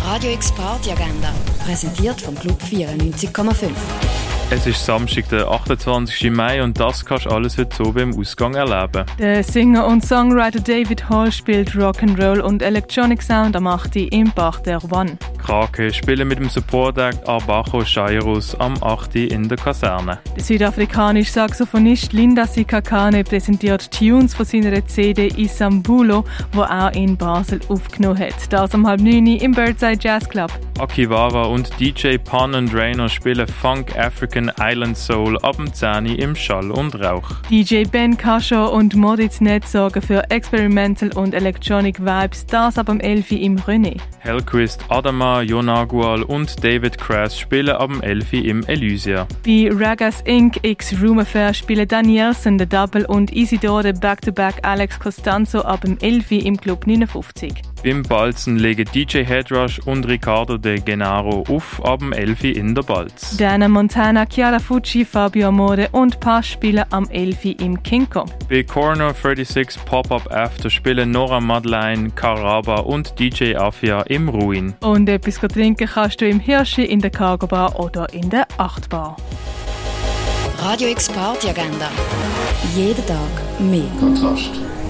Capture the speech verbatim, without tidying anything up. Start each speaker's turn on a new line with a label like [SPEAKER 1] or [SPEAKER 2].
[SPEAKER 1] Radio X Party Agenda, präsentiert vom Club vierundneunzig Komma fünf.
[SPEAKER 2] Es ist Samstag, der achtundzwanzigsten Mai, und das kannst du alles heute so beim Ausgang erleben.
[SPEAKER 3] Der Singer und Songwriter David Hall spielt Rock'n'Roll und Electronic Sound am achten im Bach der One.
[SPEAKER 2] Krake spielen mit dem Support-Act Arbacho Chairus am achten in der Kaserne.
[SPEAKER 3] Der südafrikanische Saxophonist Linda Sikakane präsentiert Tunes von seiner C D Isambulo, die er in Basel aufgenommen hat. Das um halb neun im Birdside Jazz Club.
[SPEAKER 2] Akiwara und D J Pan and Rainer spielen Funk African Island Soul ab dem zehn im Schall und Rauch.
[SPEAKER 3] D J Ben Kascho und Moditz Netz sorgen für Experimental und Electronic Vibes, das ab dem elf im René.
[SPEAKER 2] Hellquist, Adama, Jonagual und David Crass spielen ab dem elf im Elysia.
[SPEAKER 3] Bei Ragas Incorporated X Room Affair spielen Danielson, der Double und Isidore Back-to-Back Alex Costanzo ab dem elf im Club neunundfünfzig.
[SPEAKER 2] Beim Balzen legen D J Headrush und Ricardo De Genaro auf ab dem elf in der Balz.
[SPEAKER 3] Dana Montana, Chiara Fucci, Fabio Amore und Pasch spielen am elf im Kinko.
[SPEAKER 2] Bei Corner sechsunddreißig Pop-Up After spielen Nora Madeleine, Caraba und D J Afia im Ruin.
[SPEAKER 3] Und etwas trinken kannst du im Hirschi, in der Cargo Bar oder in der acht Bar.
[SPEAKER 1] Radio X Party Agenda. Jeden Tag mehr Kontrast.